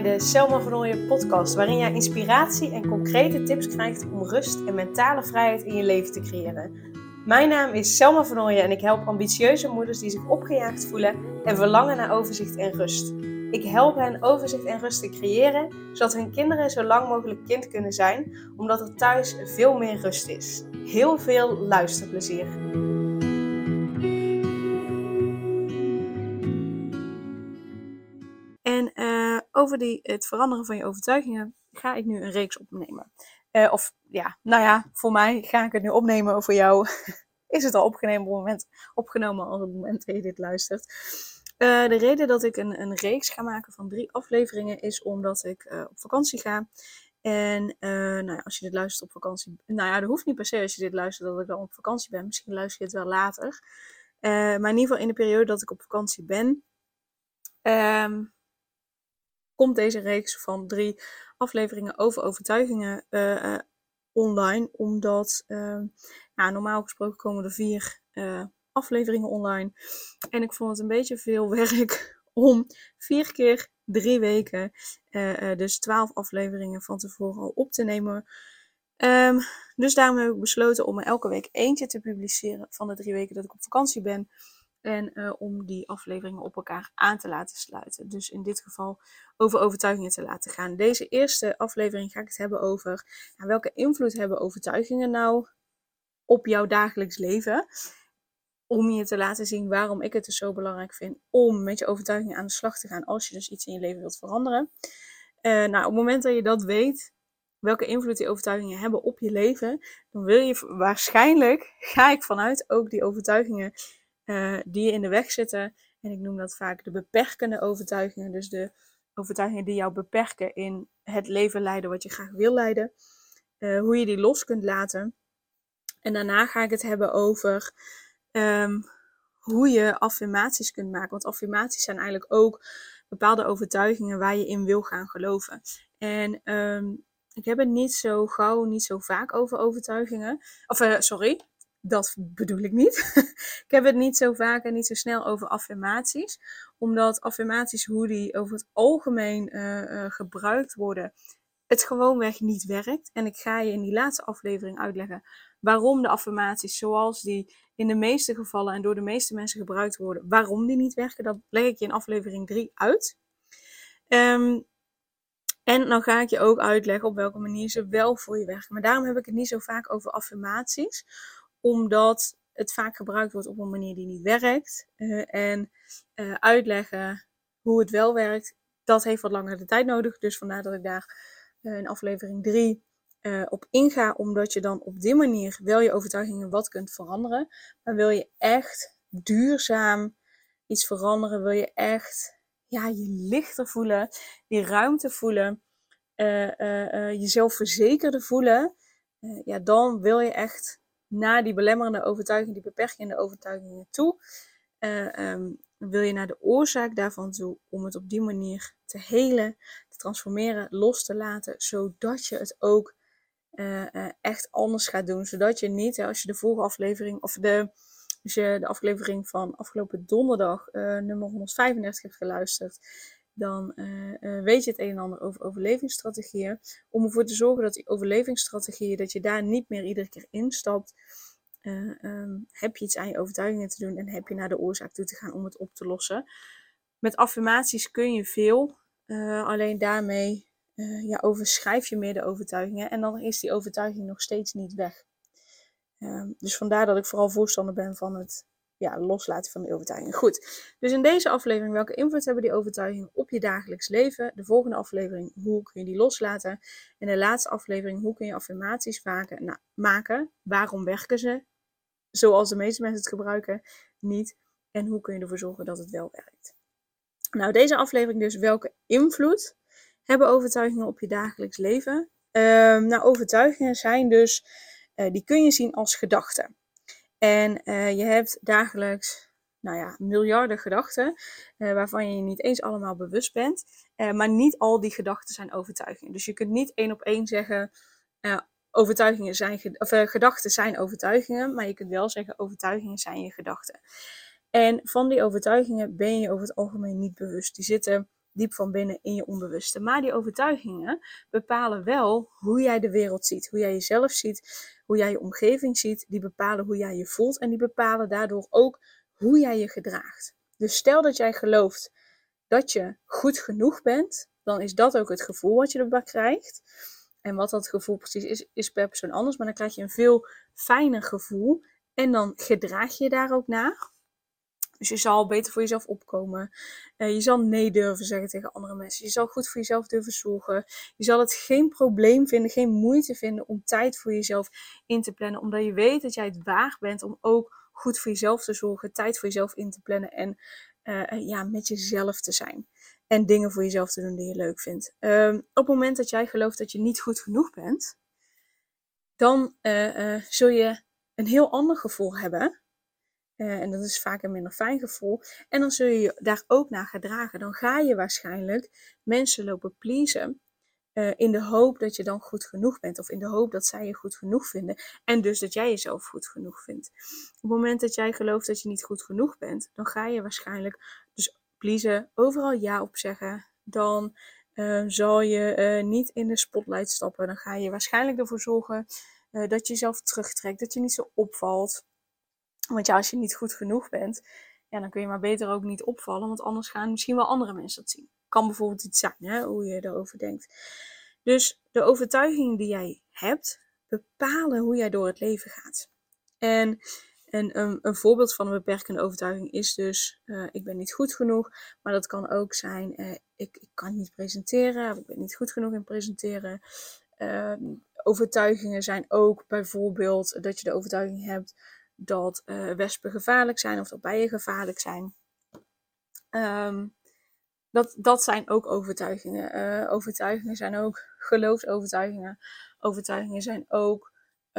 de Selma van Ooyen podcast, waarin jij inspiratie en concrete tips krijgt om rust en mentale vrijheid in je leven te creëren. Mijn naam is Selma van Ooyen en ik help ambitieuze moeders die zich opgejaagd voelen en verlangen naar overzicht en rust. Ik help hen overzicht en rust te creëren, zodat hun kinderen zo lang mogelijk kind kunnen zijn, omdat er thuis veel meer rust is. Heel veel luisterplezier! En over het veranderen van je overtuigingen ga ik nu een reeks opnemen. Voor mij ga ik het nu opnemen. Voor jou is het al opgenomen als op het moment dat je dit luistert. De reden dat ik een reeks ga maken van 3 afleveringen is omdat ik op vakantie ga. En als je dit luistert op vakantie... dat hoeft niet per se als je dit luistert dat ik dan op vakantie ben. Misschien luister je het wel later. Maar in ieder geval in de periode dat ik op vakantie ben... komt deze reeks van 3 afleveringen over overtuigingen online. Omdat normaal gesproken komen er 4 afleveringen online. En ik vond het een beetje veel werk om 4 keer 3 weken, dus 12 afleveringen van tevoren al op te nemen. Dus daarom heb ik besloten om er elke week eentje te publiceren van de 3 weken dat ik op vakantie ben. En om die afleveringen op elkaar aan te laten sluiten. Dus in dit geval over overtuigingen te laten gaan. Deze eerste aflevering ga ik het hebben over welke invloed hebben overtuigingen nou op jouw dagelijks leven. Om je te laten zien waarom ik het dus zo belangrijk vind om met je overtuigingen aan de slag te gaan als je dus iets in je leven wilt veranderen. Op het moment dat je dat weet, welke invloed die overtuigingen hebben op je leven, dan wil je waarschijnlijk, ga ik vanuit, ook die overtuigingen die je in de weg zitten. En ik noem dat vaak de beperkende overtuigingen. Dus de overtuigingen die jou beperken in het leven leiden wat je graag wil leiden. Hoe je die los kunt laten. En daarna ga ik het hebben over hoe je affirmaties kunt maken. Want affirmaties zijn eigenlijk ook bepaalde overtuigingen waar je in wil gaan geloven. En ik heb het niet zo gauw, niet zo vaak over overtuigingen. Dat bedoel ik niet. Ik heb het niet zo vaak en niet zo snel over affirmaties. Omdat affirmaties, hoe die over het algemeen gebruikt worden, het gewoonweg niet werkt. En ik ga je in die laatste aflevering uitleggen waarom de affirmaties zoals die in de meeste gevallen en door de meeste mensen gebruikt worden, waarom die niet werken. Dat leg ik je in aflevering 3 uit. En dan ga ik je ook uitleggen op welke manier ze wel voor je werken. Maar daarom heb ik het niet zo vaak over affirmaties. Omdat het vaak gebruikt wordt op een manier die niet werkt. Uitleggen hoe het wel werkt, dat heeft wat langer de tijd nodig. Dus vandaar dat ik daar in aflevering 3 op inga. Omdat je dan op die manier wel je overtuigingen wat kunt veranderen. Maar wil je echt duurzaam iets veranderen, wil je echt je lichter voelen, die ruimte voelen, jezelf verzekerder voelen, dan wil je echt naar die belemmerende overtuigingen, die beperkende overtuigingen toe. Wil je naar de oorzaak daarvan toe, om het op die manier te helen, te transformeren, los te laten, zodat je het ook echt anders gaat doen. Zodat je niet, als je de vorige aflevering, als je de aflevering van afgelopen donderdag, nummer 135 hebt geluisterd, dan weet je het een en ander over overlevingsstrategieën. Om ervoor te zorgen dat die overlevingsstrategieën, dat je daar niet meer iedere keer instapt, heb je iets aan je overtuigingen te doen en heb je naar de oorzaak toe te gaan om het op te lossen. Met affirmaties kun je veel, alleen daarmee overschrijf je meer de overtuigingen en dan is die overtuiging nog steeds niet weg. Dus vandaar dat ik vooral voorstander ben van het loslaten van die overtuigingen. Goed, dus in deze aflevering, welke invloed hebben die overtuigingen op je dagelijks leven? De volgende aflevering, hoe kun je die loslaten? En de laatste aflevering, hoe kun je affirmaties maken? Waarom werken ze? Zoals de meeste mensen het gebruiken, niet. En hoe kun je ervoor zorgen dat het wel werkt? Nou, deze aflevering dus, welke invloed hebben overtuigingen op je dagelijks leven? Overtuigingen zijn dus, die kun je zien als gedachten. En je hebt dagelijks miljarden gedachten, waarvan je je niet eens allemaal bewust bent. Maar niet al die gedachten zijn overtuigingen. Dus je kunt niet 1 op 1 zeggen, gedachten zijn overtuigingen. Maar je kunt wel zeggen, overtuigingen zijn je gedachten. En van die overtuigingen ben je over het algemeen niet bewust. Die zitten diep van binnen in je onbewuste. Maar die overtuigingen bepalen wel hoe jij de wereld ziet, hoe jij jezelf ziet, hoe jij je omgeving ziet. Die bepalen hoe jij je voelt en die bepalen daardoor ook hoe jij je gedraagt. Dus stel dat jij gelooft dat je goed genoeg bent, dan is dat ook het gevoel wat je erbij krijgt. En wat dat gevoel precies is per persoon anders, maar dan krijg je een veel fijner gevoel en dan gedraag je daar ook naar. Dus je zal beter voor jezelf opkomen. Je zal nee durven zeggen tegen andere mensen. Je zal goed voor jezelf durven zorgen. Je zal het geen probleem vinden, geen moeite vinden om tijd voor jezelf in te plannen. Omdat je weet dat jij het waard bent om ook goed voor jezelf te zorgen. Tijd voor jezelf in te plannen en met jezelf te zijn. En dingen voor jezelf te doen die je leuk vindt. Op het moment dat jij gelooft dat je niet goed genoeg bent, dan zul je een heel ander gevoel hebben. En dat is vaak een minder fijn gevoel. En dan zul je je daar ook naar gedragen. Dan ga je waarschijnlijk mensen lopen pleasen. In de hoop dat je dan goed genoeg bent. Of in de hoop dat zij je goed genoeg vinden. En dus dat jij jezelf goed genoeg vindt. Op het moment dat jij gelooft dat je niet goed genoeg bent. Dan ga je waarschijnlijk dus pleasen. Overal ja op zeggen. Dan zal je niet in de spotlight stappen. Dan ga je waarschijnlijk ervoor zorgen dat je jezelf terugtrekt. Dat je niet zo opvalt. Want ja, als je niet goed genoeg bent, ja, dan kun je maar beter ook niet opvallen. Want anders gaan misschien wel andere mensen dat zien. Kan bijvoorbeeld iets zijn, hè, hoe je erover denkt. Dus de overtuigingen die jij hebt, bepalen hoe jij door het leven gaat. En een voorbeeld van een beperkende overtuiging is dus, ik ben niet goed genoeg. Maar dat kan ook zijn, ik kan niet presenteren. Of ik ben niet goed genoeg in presenteren. Overtuigingen zijn ook bijvoorbeeld dat je de overtuiging hebt dat wespen gevaarlijk zijn of dat bijen gevaarlijk zijn. Dat zijn ook overtuigingen. Overtuigingen zijn ook geloofsovertuigingen. Overtuigingen zijn ook,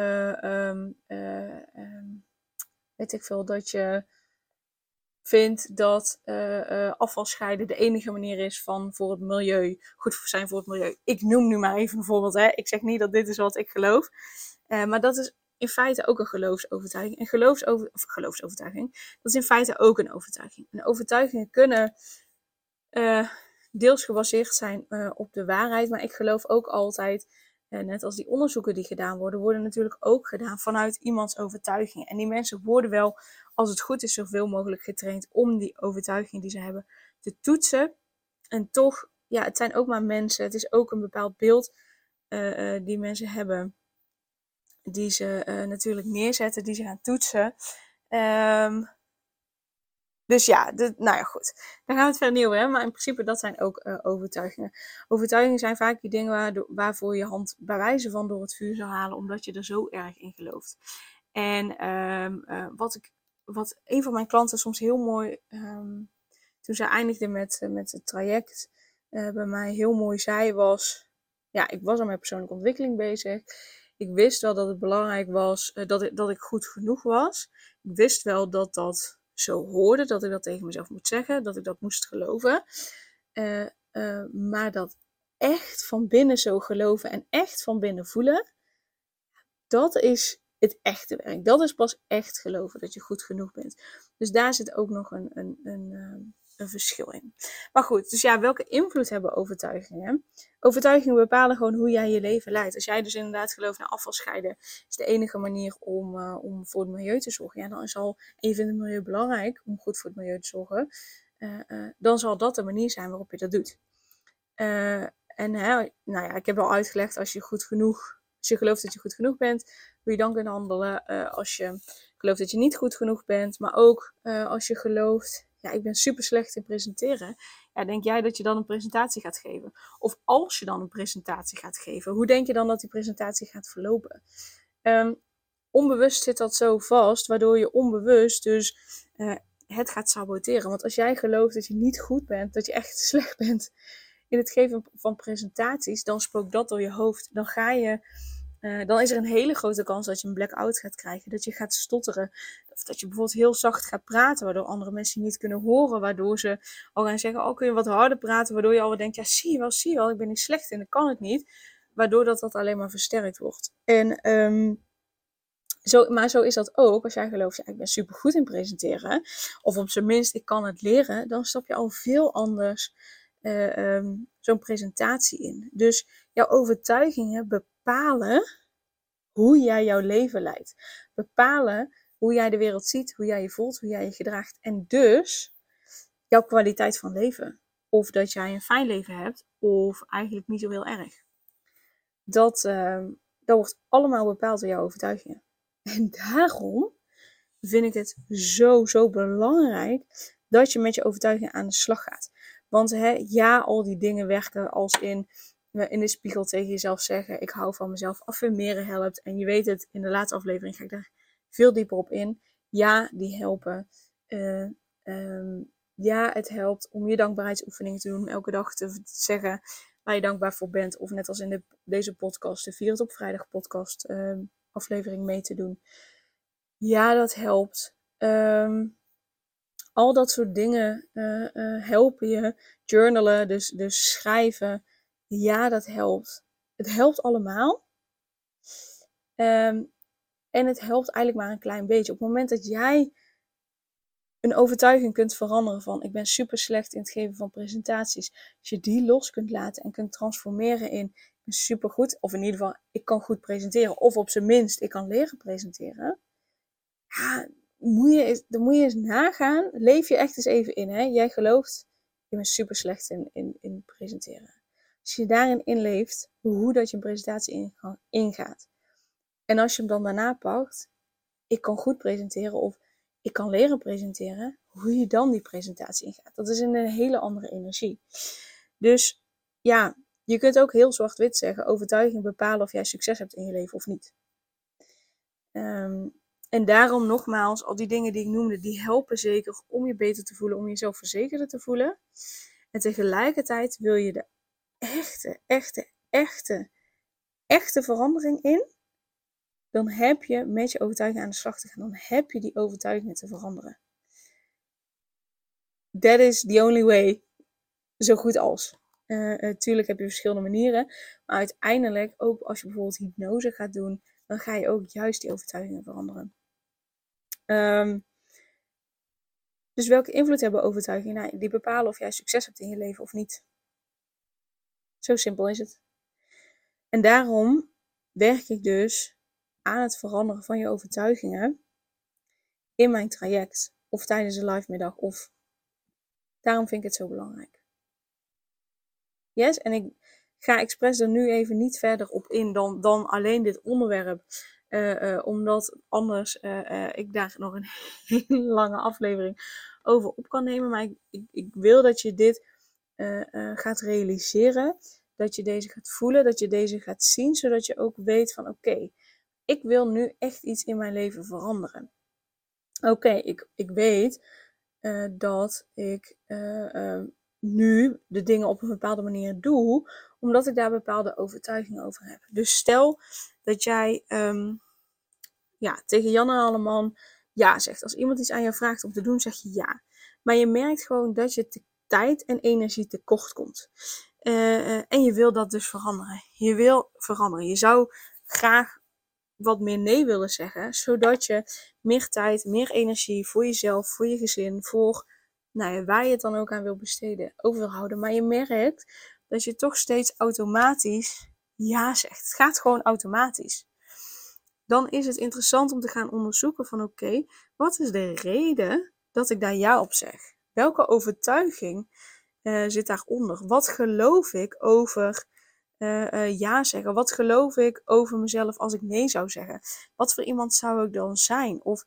weet ik veel, dat je vindt dat afval scheiden de enige manier is voor het milieu, goed zijn voor het milieu. Ik noem nu maar even een voorbeeld. Hè. Ik zeg niet dat dit is wat ik geloof. Maar dat is in feite ook een geloofsovertuiging. En geloofsovertuiging, dat is in feite ook een overtuiging. En overtuigingen kunnen deels gebaseerd zijn op de waarheid. Maar ik geloof ook altijd, net als die onderzoeken die gedaan worden natuurlijk ook gedaan vanuit iemands overtuiging. En die mensen worden wel, als het goed is, zoveel mogelijk getraind om die overtuiging die ze hebben te toetsen. En toch, ja, het zijn ook maar mensen. Het is ook een bepaald beeld die mensen hebben. Die ze natuurlijk neerzetten, die ze gaan toetsen. Dus ja, nou ja, goed. Daar gaan we het verder niet over hebben. Maar in principe, dat zijn ook overtuigingen. Overtuigingen zijn vaak die dingen waarvoor je hand bij wijze van door het vuur zou halen. Omdat je er zo erg in gelooft. En wat een van mijn klanten soms heel mooi, toen zij eindigde met het traject, bij mij heel mooi zei was, ja, ik was aan mijn persoonlijke ontwikkeling bezig. Ik wist wel dat het belangrijk was dat ik goed genoeg was. Ik wist wel dat dat zo hoorde, dat ik dat tegen mezelf moet zeggen, dat ik dat moest geloven. Maar dat echt van binnen zo geloven en echt van binnen voelen, dat is het echte werk. Dat is pas echt geloven, dat je goed genoeg bent. Dus daar zit ook nog een verschil in. Maar goed, dus ja, welke invloed hebben overtuigingen? Overtuigingen bepalen gewoon hoe jij je leven leidt. Als jij dus inderdaad gelooft, afval scheiden is de enige manier om voor het milieu te zorgen. Ja, dan en je vindt het milieu belangrijk om goed voor het milieu te zorgen. Dan zal dat de manier zijn waarop je dat doet. Ik heb al uitgelegd, als je gelooft dat je goed genoeg bent, hoe je dan kunt handelen. Als je gelooft dat je niet goed genoeg bent, maar ook als je gelooft, ja, ik ben super slecht in presenteren. Ja, denk jij dat je dan een presentatie gaat geven? Of als je dan een presentatie gaat geven, hoe denk je dan dat die presentatie gaat verlopen? Onbewust zit dat zo vast, waardoor je onbewust dus het gaat saboteren. Want als jij gelooft dat je niet goed bent, dat je echt slecht bent in het geven van presentaties, dan spookt dat door je hoofd. Dan is er een hele grote kans dat je een blackout gaat krijgen. Dat je gaat stotteren. Of dat je bijvoorbeeld heel zacht gaat praten, waardoor andere mensen je niet kunnen horen. Waardoor ze al gaan zeggen, kun je wat harder praten. Waardoor je alweer denkt, ja, zie je wel, ik ben niet slecht en ik kan het niet. Waardoor dat alleen maar versterkt wordt. Maar zo is dat ook. Als jij gelooft, ja, ik ben super goed in presenteren. Of op zijn minst, ik kan het leren. Dan stap je al veel anders zo'n presentatie in. Dus jouw overtuigingen bepalen hoe jij jouw leven leidt. Bepalen hoe jij de wereld ziet, hoe jij je voelt, hoe jij je gedraagt. En dus jouw kwaliteit van leven. Of dat jij een fijn leven hebt, of eigenlijk niet zo heel erg. Dat wordt allemaal bepaald door jouw overtuigingen. En daarom vind ik het zo belangrijk dat je met je overtuigingen aan de slag gaat. Want ja, al die dingen werken als in de spiegel tegen jezelf zeggen, ik hou van mezelf, affirmeren helpt. En je weet het, in de laatste aflevering ga ik daar veel dieper op in. Ja, die helpen. Ja, het helpt om je dankbaarheidsoefeningen te doen, elke dag te zeggen waar je dankbaar voor bent. Of net als in deze podcast, de 4 op vrijdag podcast aflevering mee te doen. Ja, dat helpt. Al dat soort dingen helpen je. Journalen, dus schrijven. Ja, dat helpt. Het helpt allemaal. En het helpt eigenlijk maar een klein beetje. Op het moment dat jij een overtuiging kunt veranderen van ik ben super slecht in het geven van presentaties. Als je die los kunt laten en kunt transformeren in ik ben super goed. Of in ieder geval ik kan goed presenteren. Of op zijn minst ik kan leren presenteren. Ja, dan moet je eens nagaan. Leef je echt eens even in. Hè? Jij gelooft, je bent super slecht in presenteren. Als je daarin inleeft, hoe dat je een presentatie ingaat. En als je hem dan daarna pakt, ik kan goed presenteren of ik kan leren presenteren, hoe je dan die presentatie ingaat. Dat is in een hele andere energie. Dus ja, je kunt ook heel zwart-wit zeggen, overtuiging bepalen of jij succes hebt in je leven of niet. En daarom nogmaals, al die dingen die ik noemde, die helpen zeker om je beter te voelen, om jezelf verzekerder te voelen. En tegelijkertijd wil je de echte verandering in, dan heb je met je overtuiging aan de slag te gaan. Dan heb je die overtuigingen te veranderen. That is the only way. Zo goed als. Tuurlijk heb je verschillende manieren. Maar uiteindelijk, ook als je bijvoorbeeld hypnose gaat doen, dan ga je ook juist die overtuigingen veranderen. Dus welke invloed hebben overtuigingen? Nou, die bepalen of jij succes hebt in je leven of niet. Zo simpel is het. En daarom werk ik dus aan het veranderen van je overtuigingen in mijn traject. Of tijdens een live middag. Of daarom vind ik het zo belangrijk. Yes, en ik ga expres er nu even niet verder op in dan alleen dit onderwerp. Omdat anders ik daar nog een hele lange aflevering over op kan nemen. Maar ik wil dat je dit gaat realiseren. Dat je deze gaat voelen. Dat je deze gaat zien. Zodat je ook weet van oké, ik wil nu echt iets in mijn leven veranderen. Oké, ik weet dat ik nu de dingen op een bepaalde manier doe, omdat ik daar bepaalde overtuigingen over heb. Dus stel dat jij tegen Janne Alleman ja zegt. Als iemand iets aan jou vraagt om te doen, zeg je ja. Maar je merkt gewoon dat je tijd en energie tekort komt. En je wil dat dus veranderen. Je wil veranderen. Je zou graag wat meer nee willen zeggen, zodat je meer tijd, meer energie voor jezelf, voor je gezin, voor waar je het dan ook aan wil besteden, over wil houden. Maar je merkt dat je toch steeds automatisch ja zegt. Het gaat gewoon automatisch. Dan is het interessant om te gaan onderzoeken van oké, wat is de reden dat ik daar ja op zeg? Welke overtuiging zit daaronder? Wat geloof ik over ja zeggen? Wat geloof ik over mezelf als ik nee zou zeggen? Wat voor iemand zou ik dan zijn? Of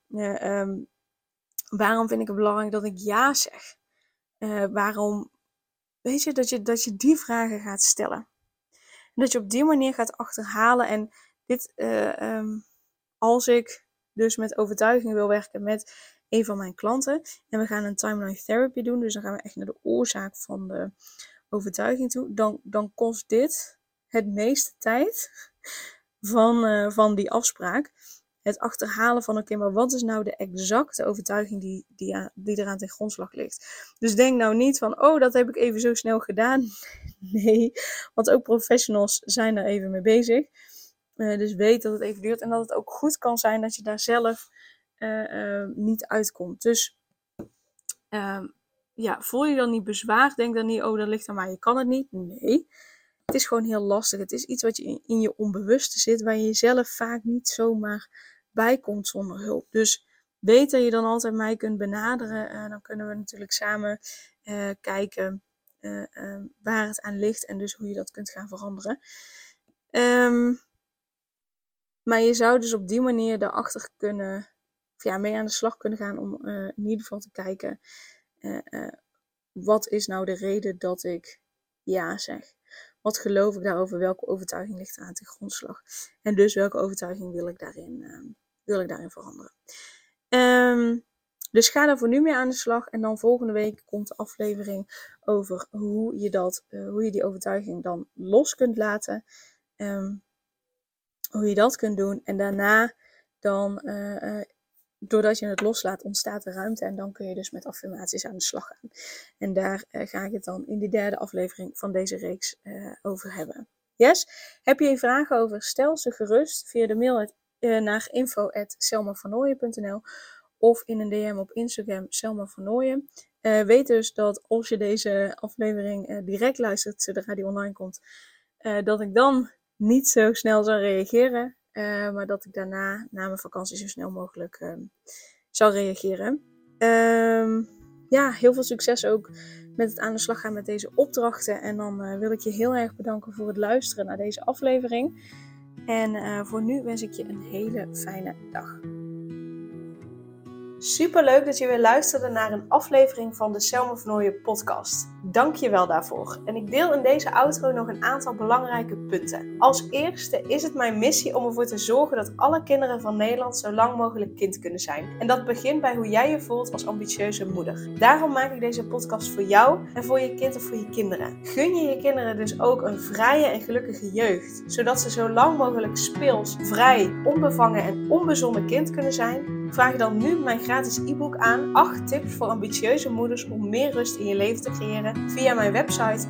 waarom vind ik het belangrijk dat ik ja zeg? Waarom, weet je, dat je die vragen gaat stellen. En dat je op die manier gaat achterhalen. En dit, als ik dus met overtuigingen wil werken met een van mijn klanten. En we gaan een timeline therapy doen. Dus dan gaan we echt naar de oorzaak van de overtuiging toe. Dan kost dit het meeste tijd van die afspraak. Het achterhalen van oké, maar wat is nou de exacte overtuiging die eraan ten grondslag ligt. Dus denk nou niet van dat heb ik even zo snel gedaan. Nee, want ook professionals zijn er even mee bezig. Dus weet dat het even duurt. En dat het ook goed kan zijn dat je daar zelf niet uitkomt. Dus voel je dan niet bezwaar? Denk dan niet, oh, dat ligt aan mij, je kan het niet. Nee, het is gewoon heel lastig. Het is iets wat je in je onbewuste zit, waar je zelf vaak niet zomaar bij komt zonder hulp. Dus weet dat je dan altijd mij kunt benaderen. Dan kunnen we natuurlijk samen kijken waar het aan ligt en dus hoe je dat kunt gaan veranderen. Maar je zou dus op die manier daarachter kunnen, mee aan de slag kunnen gaan om in ieder geval te kijken, wat is nou de reden dat ik ja zeg? Wat geloof ik daarover? Welke overtuiging ligt er aan ten grondslag? En dus welke overtuiging wil ik daarin veranderen? Dus ga daar voor nu mee aan de slag. En dan volgende week komt de aflevering over hoe je die overtuiging dan los kunt laten. Hoe je dat kunt doen. En daarna dan, doordat je het loslaat, ontstaat er ruimte. En dan kun je dus met affirmaties aan de slag gaan. En daar ga ik het dan in de 3e aflevering van deze reeks over hebben. Yes? Heb je hier vragen over? Stel ze gerust via de mail naar info@selmavernooyen.nl of in een DM op Instagram, Selma Vernooyen. Weet dus dat als je deze aflevering direct luistert, zodra die online komt, dat ik dan niet zo snel zal reageren. Maar dat ik daarna, na mijn vakantie, zo snel mogelijk zal reageren. Heel veel succes ook met het aan de slag gaan met deze opdrachten. En dan wil ik je heel erg bedanken voor het luisteren naar deze aflevering. En voor nu wens ik je een hele fijne dag. Super leuk dat je weer luisterde naar een aflevering van de Selma Vernooyen podcast. Dank je wel daarvoor. En ik deel in deze outro nog een aantal belangrijke punten. Als eerste is het mijn missie om ervoor te zorgen dat alle kinderen van Nederland zo lang mogelijk kind kunnen zijn. En dat begint bij hoe jij je voelt als ambitieuze moeder. Daarom maak ik deze podcast voor jou en voor je kind of voor je kinderen. Gun je kinderen dus ook een vrije en gelukkige jeugd. Zodat ze zo lang mogelijk speels, vrij, onbevangen en onbezonnen kind kunnen zijn. Vraag dan nu mijn gratis e-book aan 8 tips voor ambitieuze moeders om meer rust in je leven te creëren via mijn website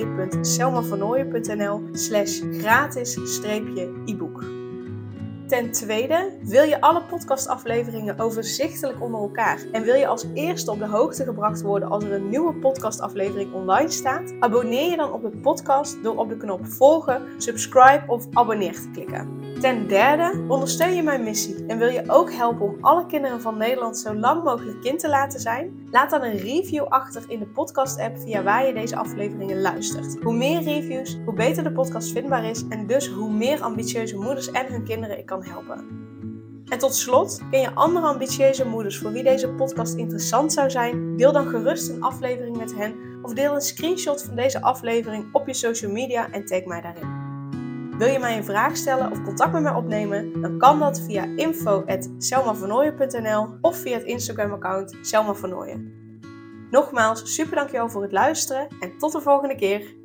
www.selmavernooyen.nl/gratis-e-book. Ten tweede, wil je alle podcastafleveringen overzichtelijk onder elkaar en wil je als eerste op de hoogte gebracht worden als er een nieuwe podcastaflevering online staat? Abonneer je dan op de podcast door op de knop volgen, subscribe of abonneer te klikken. Ten derde, ondersteun je mijn missie en wil je ook helpen om alle kinderen van Nederland zo lang mogelijk kind te laten zijn? Laat dan een review achter in de podcast-app via waar je deze afleveringen luistert. Hoe meer reviews, hoe beter de podcast vindbaar is en dus hoe meer ambitieuze moeders en hun kinderen ik kan helpen. En tot slot, ken je andere ambitieuze moeders voor wie deze podcast interessant zou zijn? Deel dan gerust een aflevering met hen of deel een screenshot van deze aflevering op je social media en tag mij daarin. Wil je mij een vraag stellen of contact met mij opnemen? Dan kan dat via info@selmavernooyen.nl of via het Instagram-account Selma Vernooyen. Nogmaals, super dankjewel voor het luisteren en tot de volgende keer.